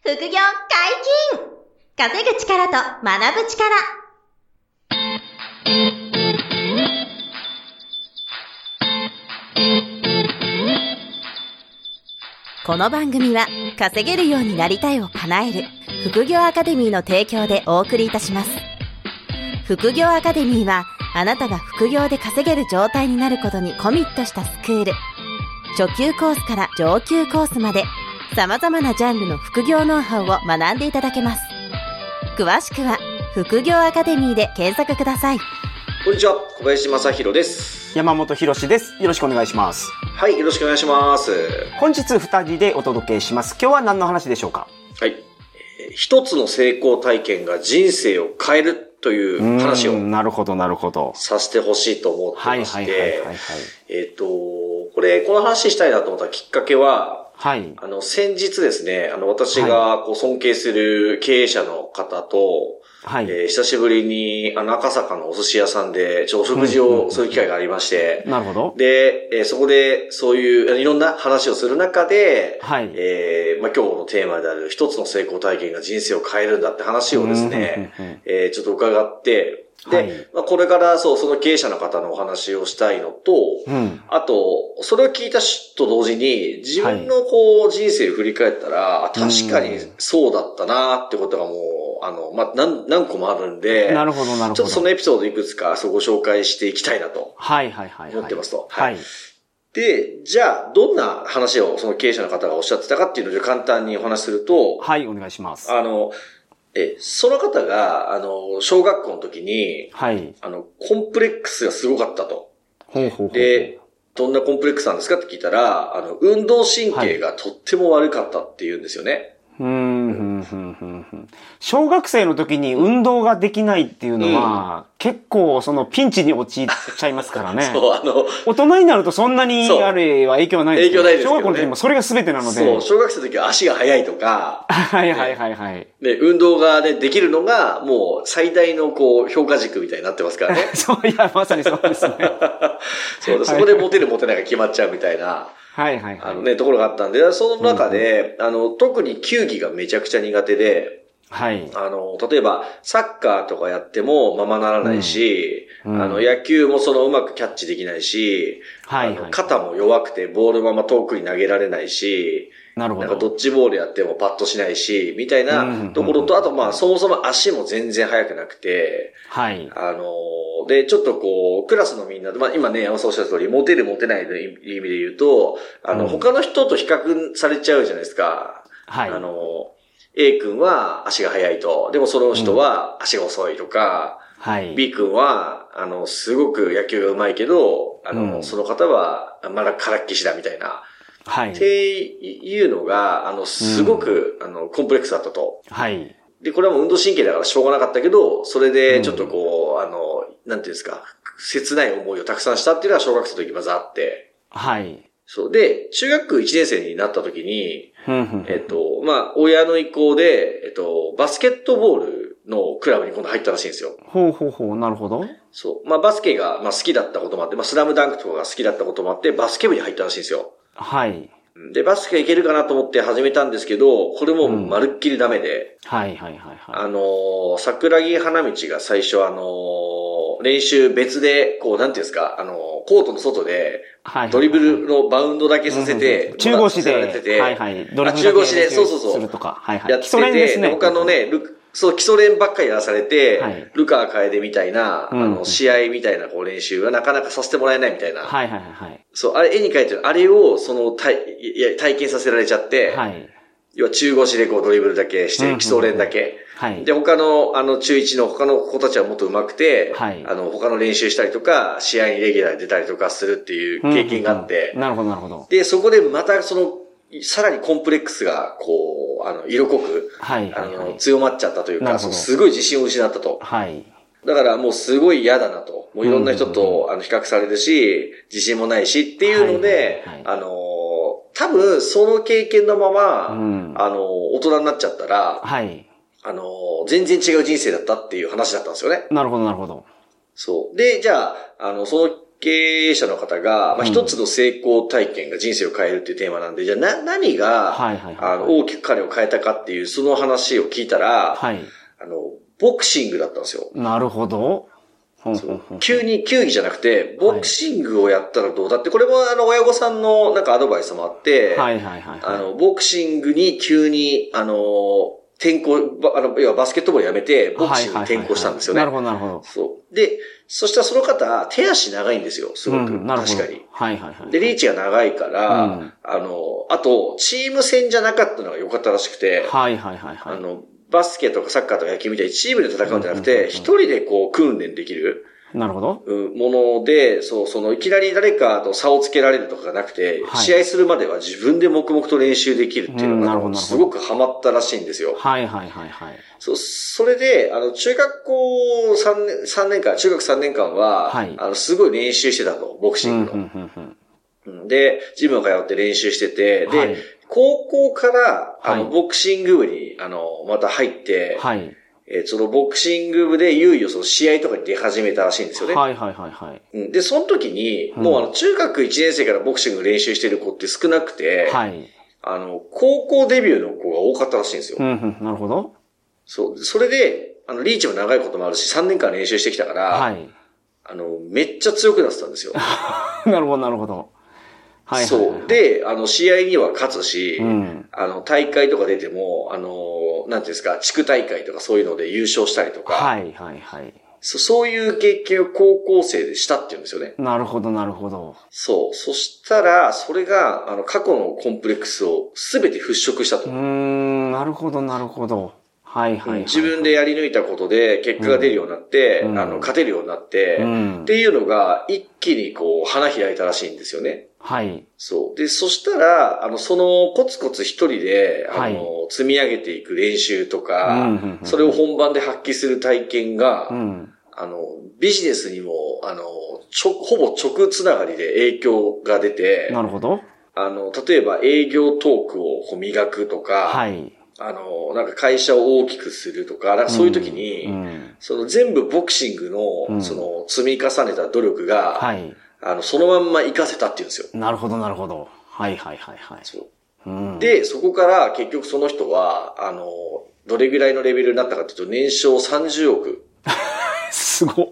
副業解禁！稼ぐ力と学ぶ力。この番組は稼げるようになりたいを叶える副業アカデミーの提供でお送りいたします。副業アカデミーはあなたが副業で稼げる状態になることにコミットしたスクール。初級コースから上級コースまで様々なジャンルの副業ノウハウを学んでいただけます。詳しくは副業アカデミーで検索ください。 こんにちは、小林正弘です。 山本博史です。よろしくお願いします。 はい、よろしくお願いします。 本日2人でお届けします。今日は何の話でしょうか？ はい。一つの成功体験が人生を変えるという話をなるほどなるほどさせてほしいと思ってまして、この話したいなと思ったきっかけは、 はい。 先日ですね、私が尊敬する経営者の方と、はい。久しぶりに、赤坂のお寿司屋さんで、お食事をする機会がありまして。 なるほど。 で、そこで、そういう、いろんな話をする中で、はい。今日のテーマである、一つの成功体験が人生を変えるんだって話をですね、ちょっと伺って、で、はい、これからその経営者の方のお話をしたいのと、あと、それを聞いたと同時に、自分の人生を振り返ったら、確かにそうだったなってことがもう、何個もあるんで、 なるほど、なるほど。 ちょっとそのエピソードいくつかご紹介していきたいなと。 はいはいはい。 思ってますと。 はい。 で、じゃあ、どんな話をその経営者の方がおっしゃってたかっていうのを簡単にお話しすると、 はい、お願いします。 その方が、小学校の時に、 はい。 コンプレックスがすごかったと。 ほうほうほう。 で、どんなコンプレックスなんですかって聞いたら、運動神経がとっても悪かったって言うんですよね。 小学生の時に運動ができないっていうのは、結構ピンチに陥っちゃいますからね。 そう、 大人になるとそんなにあれは影響はないですけど、 影響ないですけどね。 小学校の時もそれが全てなので。 そう、小学生の時は足が速いとか。 はいはいはいはい。 で、運動がね、できるのが、もう最大の評価軸みたいになってますからね。 そう、いや、まさにそうですね。 そう、そこでモテるモテないが決まっちゃうみたいな。 はいはいはい。 ところがあったんで、その中で、特に球技がめちゃくちゃ苦手で、 はい。 例えば、サッカーとかやってもままならないし、野球もうまくキャッチできないし、はい、肩も弱くてボールまま遠くに投げられないし、 なるほど。 なんかドッジボールやってもパッとしないし、みたいなところと、あとそもそも足も全然速くなくて、 はい。 で、ちょっとクラスのみんな、今ね、山本さんおっしゃった通り、モテるモテないという意味で言うと、他の人と比較されちゃうじゃないですか。 はい。 A 君は足が速いと、でもその人は足が遅いとか、はい。B 君は、すごく野球が上手いけど、その方はまだからっきしだみたいな。 はい。 っていうのが、すごく、コンプレックスだったと。 はい。 で、これはもう運動神経だからしょうがなかったけど、それでちょっとなんていうんですか、切ない思いをたくさんしたっていうのは小学生の時まずあって。 はい。 そう。で、中学1年生になった時に、親の意向で、バスケットボールのクラブに今度入ったらしいんですよ。 ほうほうほう、なるほど。 そう。バスケが、好きだったこともあって、スラムダンクとかが好きだったこともあって、バスケ部に入ったらしいんですよ。 はい。 で、バスケいけるかなと思って始めたんですけど、これもまるっきりダメで。 はいはいはいはい。 桜木花道が最初練習別で、なんていうんですか、コートの外で、ドリブルのバウンドだけさせて、 中腰で、 はいはい。 ドリブル中腰で、そう。 するとか、はいはい。 やってて、他のね、基礎練ばっかりやらされて、はい、ルカー楓みたいな、試合みたいな練習はなかなかさせてもらえないみたいな。 はいはいはい。 そう、あれ絵に描いてる、あれを、体験させられちゃって、はい。要は中腰でドリブルだけして、基礎練だけ。はい。で、他の、中1の他の子たちはもっと上手くて、はい。他の練習したりとか、試合にレギュラーに出たりとかするっていう経験があって。 なるほどなるほど。 で、そこでまたさらにコンプレックスが、色濃く、はい。強まっちゃったというか、すごい自信を失ったと。 はい。 だからもうすごい嫌だなと。もういろんな人と、比較されるし、自信もないしっていうので、多分その経験のまま、大人になっちゃったら、はい。全然違う人生だったっていう話だったんですよね。 なるほどなるほど。 そう。で、じゃあ、その経営者の方が、一つの成功体験が人生を変えるっていうテーマなんで、じゃあ何が、大きく彼を変えたかっていう、その話を聞いたら、ボクシングだったんですよ。 なるほど。 急に球技じゃなくて、ボクシングをやったらどうだって、これも親御さんのなんかアドバイスもあって、ボクシングに急に、転向、要はバスケットボールやめて、ボクシングに転向したんですよね。 なるほど、なるほど。 そう。で、そしたらその方、手足長いんですよ、すごく。確かに。で、リーチが長いから、あと、チーム戦じゃなかったのが良かったらしくて、バスケとかサッカーとか野球みたいにチームで戦うんじゃなくて、一人でこう訓練できる。 なるほど。 もので、いきなり誰かと差をつけられるとかがなくて、試合するまでは自分で黙々と練習できるっていうのが、すごくハマったらしいんですよ。それで、中学校3年間、中学3年間は、すごい練習してたと、ボクシングの。で、ジムを通って練習してて、で、高校から、ボクシング部に、また入って、そのボクシング部でいよいよその試合とかに出始めたらしいんですよね。で、その時に、もう中学1年生からボクシング練習してる子って少なくて、高校デビューの子が多かったらしいんですよ。 なるほど。 そう。それで、リーチも長いこともあるし、3年間練習してきたから、めっちゃ強くなってたんですよ。 なるほど、なるほど。 そう。で、試合には勝つし、大会とか出ても、なんていうんですか、地区大会とかそういうので優勝したりとか、そういう経験を高校生でしたって言うんですよね。 なるほど、なるほど。 そう。そしたら、それが、過去のコンプレックスをすべて払拭したと。 なるほど、なるほど。 自分でやり抜いたことで結果が出るようになって、勝てるようになって、っていうのが一気にこう花開いたらしいんですよね。そう。で、そしたら、そのコツコツ一人で、積み上げていく練習とか、それを本番で発揮する体験が、ビジネスにも、ほぼ直つながりで影響が出て、 なるほど。 例えば営業トークを磨くとか、なんか会社を大きくするとか、なんかそういう時に、その全部ボクシングの、その積み重ねた努力が、そのまんま活かせたっていうんですよ。 なるほど、なるほど。 で、そこから結局その人は、どれぐらいのレベルになったかというと、年商30億。 すごっ。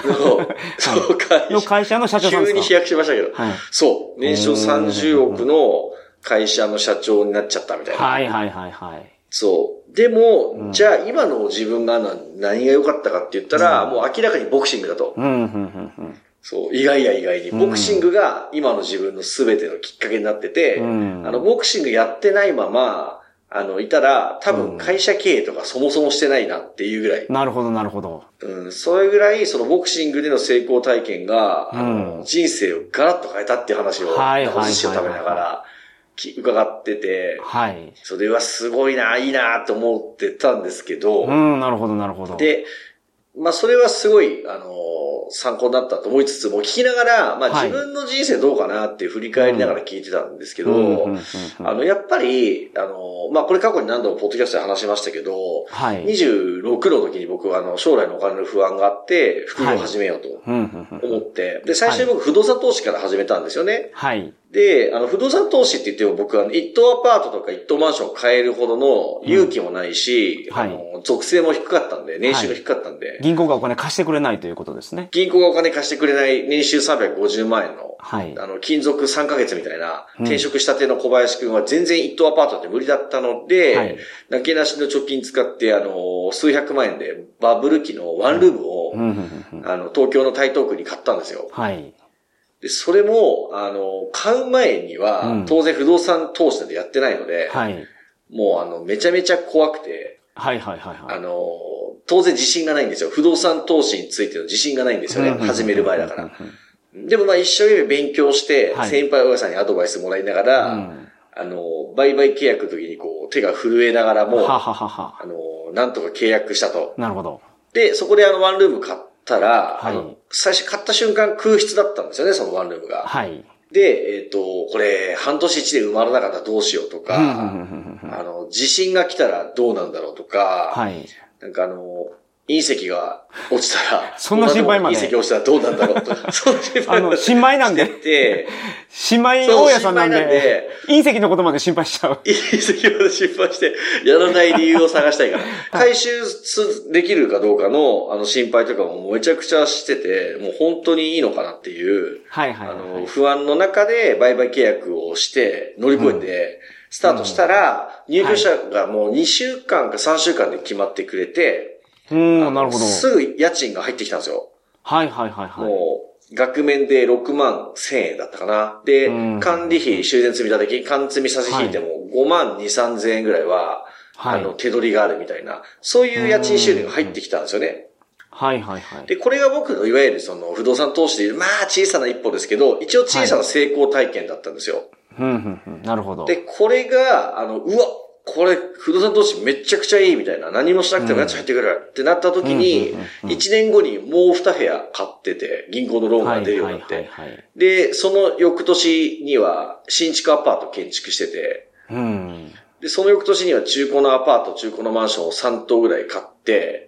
の会社の社長さんですか？ 急に飛躍しましたけど。そう。年商30億の会社の社長になっちゃったみたいな。そう。でも、じゃあ今の自分が何が良かったかって言ったら、もう明らかにボクシングだと。そう。意外や意外に。ボクシングが今の自分の全てのきっかけになってて、ボクシングやってないまま、いたら、多分会社経営とかそもそもしてないなっていうぐらい。 なるほど、なるほど。 それぐらい、そのボクシングでの成功体験が、人生をガラッと変えたっていう話を、お寿司を食べながら、伺ってて、それはすごいな、いいなって思ってたんですけど、 なるほど、なるほど。 で、まあそれはすごい、参考になったと思いつつも、聞きながら、まあ自分の人生どうかなって振り返りながら聞いてたんですけど、やっぱり、まあこれ過去に何度もポッドキャストで話しましたけど、26の時に僕は将来のお金の不安があって、副業を始めようと思って、で、最初に僕不動産投資から始めたんですよね。で、不動産投資って言っても僕は一棟アパートとか一棟マンションを買えるほどの勇気もないし、属性も低かったんで、年収が低かったんで。 銀行がお金貸してくれないということですね。 銀行がお金貸してくれない年収350万円の、勤続3ヶ月みたいな、転職したての小林くんは全然一棟アパートって無理だったので、なけなしの貯金使って、数百万円でバブル期のワンルームを、東京の台東区に買ったんですよ。で、それも、買う前には、当然不動産投資なんてやってないので、もうめちゃめちゃ怖くて、当然自信がないんですよ。不動産投資についての自信がないんですよね。始める前だから。でもまあ一生懸命勉強して、先輩親さんにアドバイスもらいながら、売買契約の時にこう手が震えながらも、なんとか契約したと。 なるほど。 で、そこでワンルーム買ったら、最初買った瞬間空室だったんですよね、そのワンルームが。で、これ、半年一で埋まらなかったらどうしようとか、地震が来たらどうなんだろうとか、なんか隕石が落ちたら、 そんな心配まで。 隕石落ちたらどうなんだろうとか、そんな心配まで。 新米なんで。新米大家さんなんで、隕石のことまで心配しちゃう。 隕石まで心配して、やらない理由を探したいから。回収できるかどうかの、心配とかもめちゃくちゃしてて、もう本当にいいのかなっていう、不安の中で売買契約をして乗り越えて、スタートしたら、入居者がもう2週間か3週間で決まってくれて、 なるほど。 すぐ家賃が入ってきたんですよ。もう、額面で6万1000円だったかな。で、管理費、修繕積立金、間積み差し引いても5万2、3000円ぐらいは、手取りがあるみたいな、そういう家賃収入が入ってきたんですよね。で、これが僕のいわゆるその不動産投資でいう、まあ小さな一歩ですけど、一応小さな成功体験だったんですよ。 なるほど。 で、これが、うわ、これ、不動産投資めちゃくちゃいいみたいな、何もしなくても家賃入ってくるってなった時に、1年後にもう2部屋買ってて、銀行のローンが出るようになって、で、その翌年には新築アパート建築してて、で、その翌年には中古のアパート、中古のマンションを3棟ぐらい買って、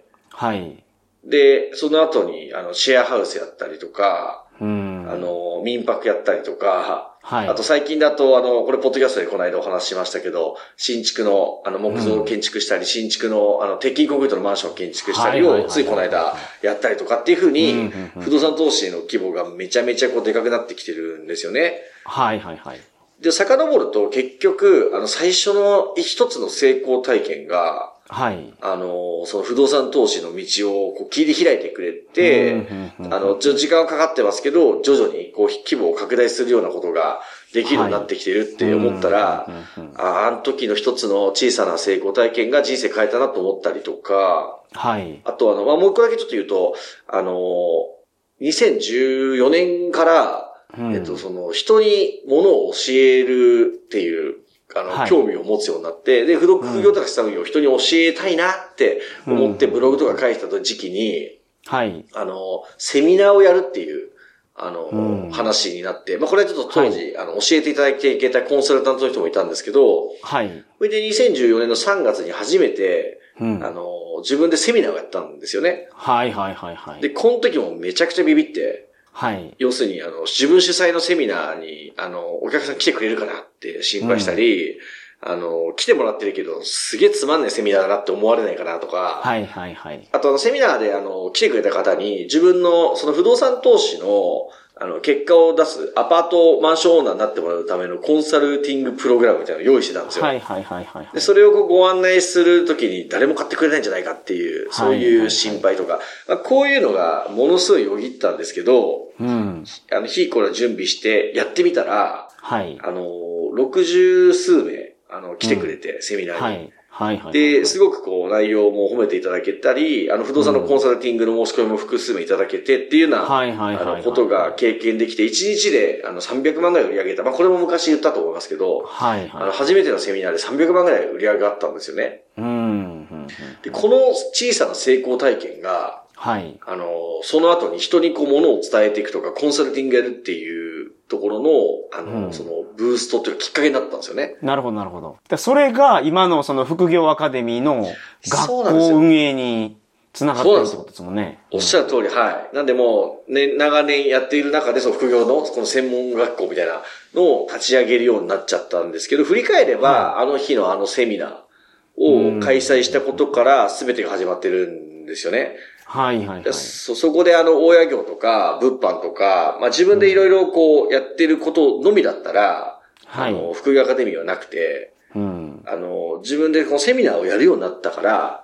で、その後に、シェアハウスやったりとか、民泊やったりとか、あと最近だと、これポッドキャストでこの間お話ししましたけど、新築の、木造を建築したり、新築の、鉄筋コンクリートのマンションを建築したりを、ついこの間やったりとかっていう風に、不動産投資の規模がめちゃめちゃでかくなってきてるんですよね。で、遡ると結局、最初の一つの成功体験が、その不動産投資の道を切り開いてくれて、時間はかかってますけど、徐々に規模を拡大するようなことができるようになってきてるって思ったら、あの時の一つの小さな成功体験が人生変えたなと思ったりとか、あともう一個だけちょっと言うと、2014年から、その人に物を教えるっていう、興味を持つようになって、で、副業とか資産運用を人に教えたいなって思ってブログとか書いてた時期に、セミナーをやるっていう、話になって、これはちょっと当時、教えていただいていけたコンサルタントの人もいたんですけど、それで2014年の3月に初めて、自分でセミナーをやったんですよね。で、この時もめちゃくちゃビビって、要するに、自分主催のセミナーに、お客さん来てくれるかなって心配したり、来てもらってるけど、すげえつまんないセミナーだなって思われないかなとか、あとセミナーで来てくれた方に、自分のその不動産投資の、結果を出すアパートマンションオーナーになってもらうためのコンサルティングプログラムみたいなのを用意してたんですよ。で、それをご案内するときに誰も買ってくれないんじゃないかっていう、そういう心配とか、こういうのがものすごいよぎったんですけど、日頃準備してやってみたら、60数名、来てくれて、セミナーに。で、すごく内容も褒めていただけたり、不動産のコンサルティングの申し込みも複数名いただけてっていうような、ことが経験できて、1日で300万ぐらい売り上げた。これも昔言ったと思いますけど、初めてのセミナーで300万ぐらい売り上げがあったんですよね。で、この小さな成功体験が、その後に人に物を伝えていくとか、コンサルティングやるっていうところの、その、ブーストっていうきっかけになったんですよね。 なるほど。それが今のその副業アカデミーの学校運営につながってるってことですもんね。 おっしゃる通り、なんでもう、長年やっている中で、その副業のこの専門学校みたいなのを立ち上げるようになっちゃったんですけど、振り返れば、あの日のセミナーを開催したことから全てが始まってるんですよね。そこで大家業とか、物販とか、自分でいろいろやってることのみだったら、副業アカデミーはなくて、自分でセミナーをやるようになったから、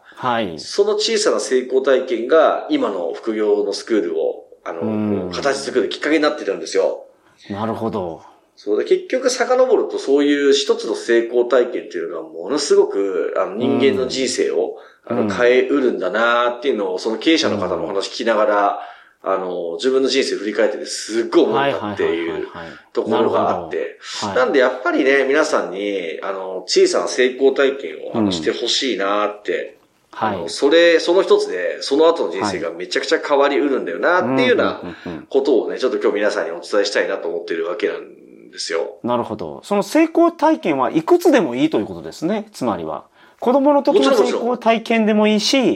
その小さな成功体験が今の副業のスクールを、形作るきっかけになってるんですよ。 なるほど。 そうで、結局遡るとそういう一つの成功体験っていうのがものすごく、人間の人生を、変えうるんだなーっていうのを、その経営者の方のお話聞きながら、自分の人生振り返っててすっごい思ったっていうところがあって。なんでやっぱりね、皆さんに、小さな成功体験をしてほしいなーって、その一つで、その後の人生がめちゃくちゃ変わりうるんだよなっていうようなことをね、ちょっと今日皆さんにお伝えしたいなと思ってるわけなんですよ。 なるほど。その成功体験はいくつでもいいということですね、つまりは。子供の時の成功体験でもいいし、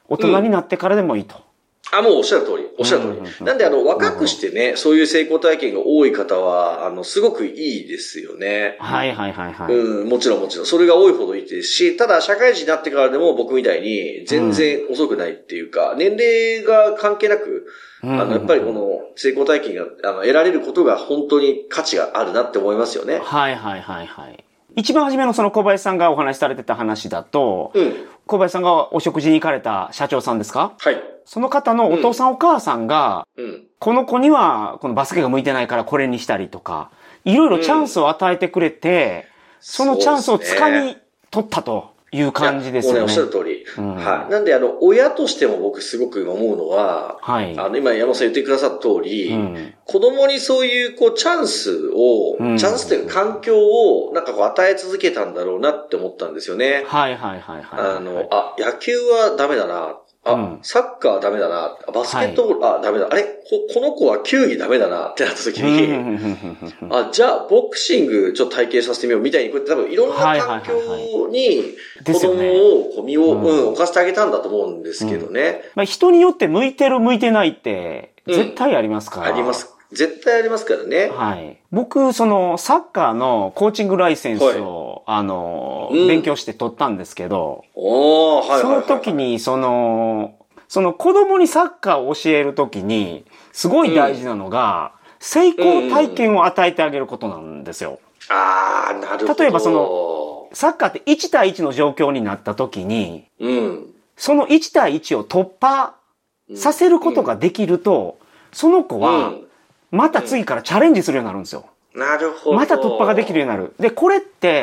大人になってからでもいいと。 もうおっしゃる通り。おっしゃる通り。なんで若くしてね、そういう成功体験が多い方は、すごくいいですよね。 はいはいはいはい。 もちろんもちろん。それが多いほどいいですし、ただ社会人になってからでも僕みたいに全然遅くないっていうか、年齢が関係なく、やっぱりこの成功体験が得られることが本当に価値があるなって思いますよね。 はいはいはいはい。一番初めのその小林さんがお話しされてた話だと、小林さんがお食事に行かれた社長さんですか？ はい。 その方のお父さんお母さんが、この子にはこのバスケが向いてないからこれにしたりとか、いろいろチャンスを与えてくれて、そのチャンスを掴み取ったという感じですよね。 おっしゃる通り。はい。なんで親としても僕すごく思うのは、 はい。 今山本さん言ってくださった通り、子供にそういうチャンスというか環境をなんか与え続けたんだろうなって思ったんですよね。 はいはいはいはい。野球はダメだな。サッカーはダメだな。バスケットボール、ダメだ。この子は球技ダメだなってなった時に、じゃあボクシングちょっと体験させてみようみたいに、こうやって多分いろんな環境に子供を身を置かせてあげたんだと思うんですけどね。 人によって向いてる向いてないって絶対ありますから。 あります。絶対ありますからね。 はい。僕、サッカーのコーチングライセンスを、勉強して取ったんですけど、その時に、その子供にサッカーを教える時に、すごい大事なのが、成功体験を与えてあげることなんですよ。 なるほど。 例えばサッカーって1対1の状況になった時に、その1対1を突破させることができると、その子は、また次からチャレンジするようになるんですよ。 なるほど。 また突破ができるようになる。で、これって、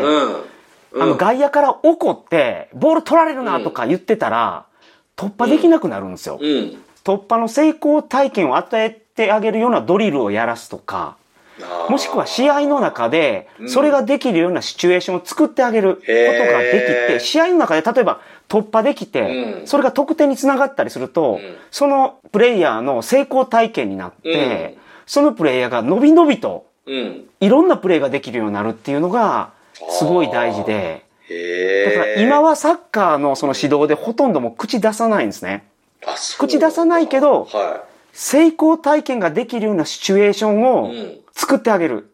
外野から怒って、ボール取られるなとか言ってたら、突破できなくなるんですよ。突破の成功体験を与えてあげるようなドリルをやらすとか、もしくは試合の中で、それができるようなシチュエーションを作ってあげることができて、試合の中で例えば突破できて、それが得点につながったりすると、そのプレイヤーの成功体験になって、そのプレイヤーが伸び伸びと、いろんなプレイができるようになるっていうのが、すごい大事で、だから今はサッカーのその指導でほとんどもう口出さないんですね。口出さないけど、成功体験ができるようなシチュエーションを作ってあげる。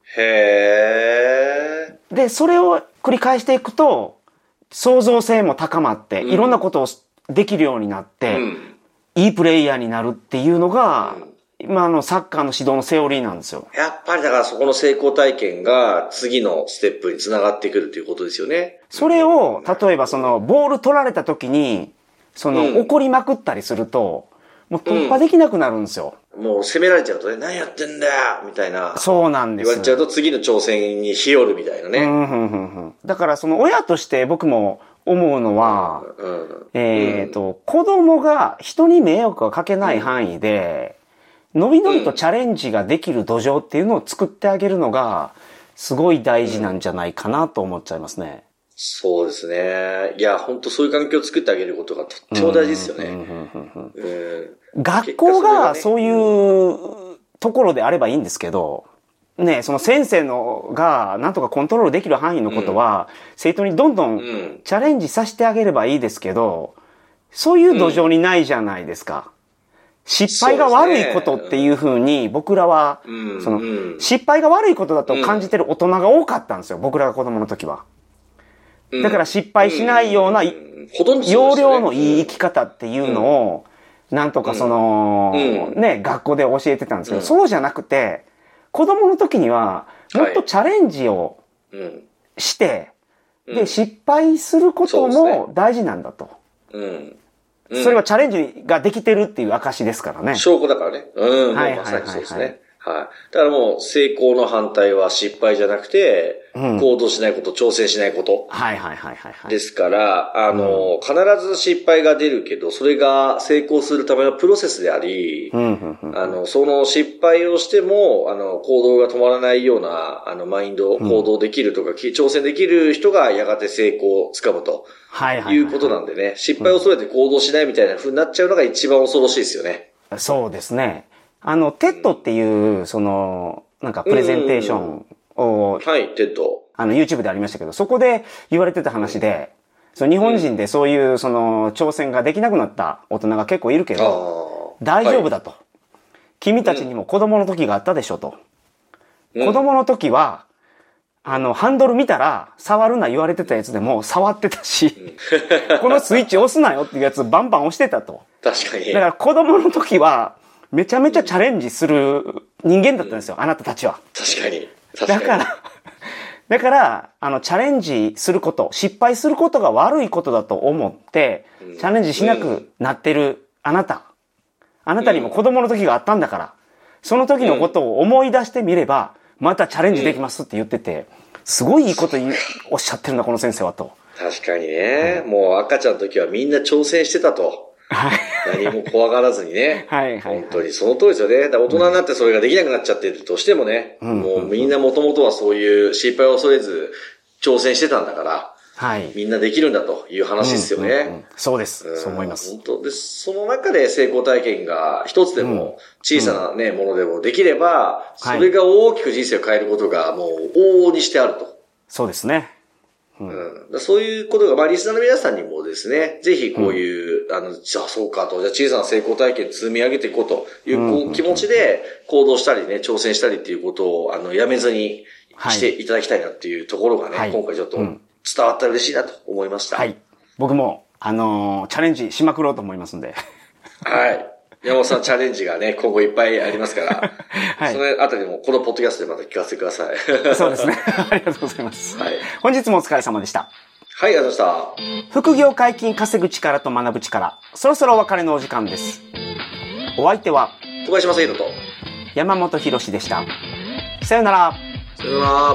で、それを繰り返していくと、創造性も高まって、いろんなことをできるようになって、いいプレイヤーになるっていうのが、今のサッカーの指導のセオリーなんですよ。 やっぱりだからそこの成功体験が次のステップにつながってくるということですよね。 それを、例えばボール取られた時に、怒りまくったりすると、もう突破できなくなるんですよ。 もう責められちゃうとね、何やってんだよみたいな。 そうなんです。 言われちゃうと次の挑戦に日和るみたいなね。 だから親として僕も思うのは、子供が人に迷惑をかけない範囲で、のびのびとチャレンジができる土壌っていうのを作ってあげるのが、すごい大事なんじゃないかなと思っちゃいますね。 そうですね。いや、本当そういう環境を作ってあげることがとっても大事ですよね。 学校がそういうところであればいいんですけど、ね、その先生がなんとかコントロールできる範囲のことは、生徒にどんどんチャレンジさせてあげればいいですけど、そういう土壌にないじゃないですか。失敗が悪いことっていう風に僕らは、失敗が悪いことだと感じてる大人が多かったんですよ。僕らが子供の時は。だから失敗しないような、要領のいい生き方っていうのを、なんとかね、学校で教えてたんですけど、そうじゃなくて、子供の時には、もっとチャレンジをして、で、失敗することも大事なんだと。それはチャレンジができてるっていう証ですからね。 証拠だからね。まさにそうですね。はい。だからもう成功の反対は失敗じゃなくて、行動しないこと、挑戦しないこと。ですから、必ず失敗が出るけど、それが成功するためのプロセスであり、その失敗をしても、行動が止まらないような、マインド、行動できるとか、挑戦できる人がやがて成功をつかむと。いうことなんでね、失敗を恐れて行動しないみたいな風になっちゃうのが一番恐ろしいですよね。 そうですね。テッドっていう、なんかプレゼンテーションを、 はい、テッド。 YouTube でありましたけど、そこで言われてた話で、 日本人でそういう挑戦ができなくなった大人が結構いるけど、大丈夫だと。君たちにも子供の時があったでしょと。子供の時は、ハンドル見たら、触るな言われてたやつでも触ってたし、このスイッチ押すなよっていうやつバンバン押してたと。 確かに。 だから子供の時は、めちゃめちゃチャレンジする人間だったんですよ、あなたたちは。 確かに。 だから、チャレンジすること、失敗することが悪いことだと思って、チャレンジしなくなってるあなたにも子供の時があったんだから、その時のことを思い出してみれば、またチャレンジできますって言ってて、すごいいいことおっしゃってるな、この先生はと。 確かにね。もう赤ちゃんの時はみんな挑戦してたと。何も怖がらずにね。本当にその通りですよね。大人になってそれができなくなっちゃってるとしてもね、もうみんなもともとはそういう失敗を恐れず挑戦してたんだから、みんなできるんだという話ですよね。 そうです。そう思います。 本当で、その中で成功体験が一つでも小さなね、ものでもできれば、それが大きく人生を変えることがもう往々にしてあると。 そうですね。 そういうことが、リスナーの皆さんにもですね、ぜひこういう、じゃあそうかと、じゃあ小さな成功体験積み上げていこうという気持ちで行動したりね、挑戦したりっていうことを、やめずにしていただきたいなっていうところがね、今回ちょっと伝わったら嬉しいなと思いました。 僕も、チャレンジしまくろうと思いますんで。 山本さんチャレンジがね、今後いっぱいありますから、そのあたりもこのポッドキャストでまた聞かせてください。 そうですね。ありがとうございます。本日もお疲れ様でした。 ありがとうございました。 副業解禁稼ぐ力と学ぶ力、そろそろお別れのお時間です。お相手は、 小林正宏と山本博史でした。さよなら。 さよなら。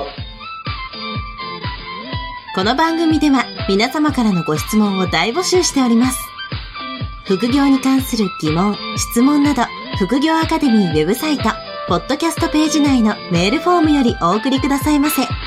この番組では皆様からのご質問を大募集しております。副業に関する疑問、質問など、副業アカデミーウェブサイト、ポッドキャストページ内のメールフォームよりお送りくださいませ。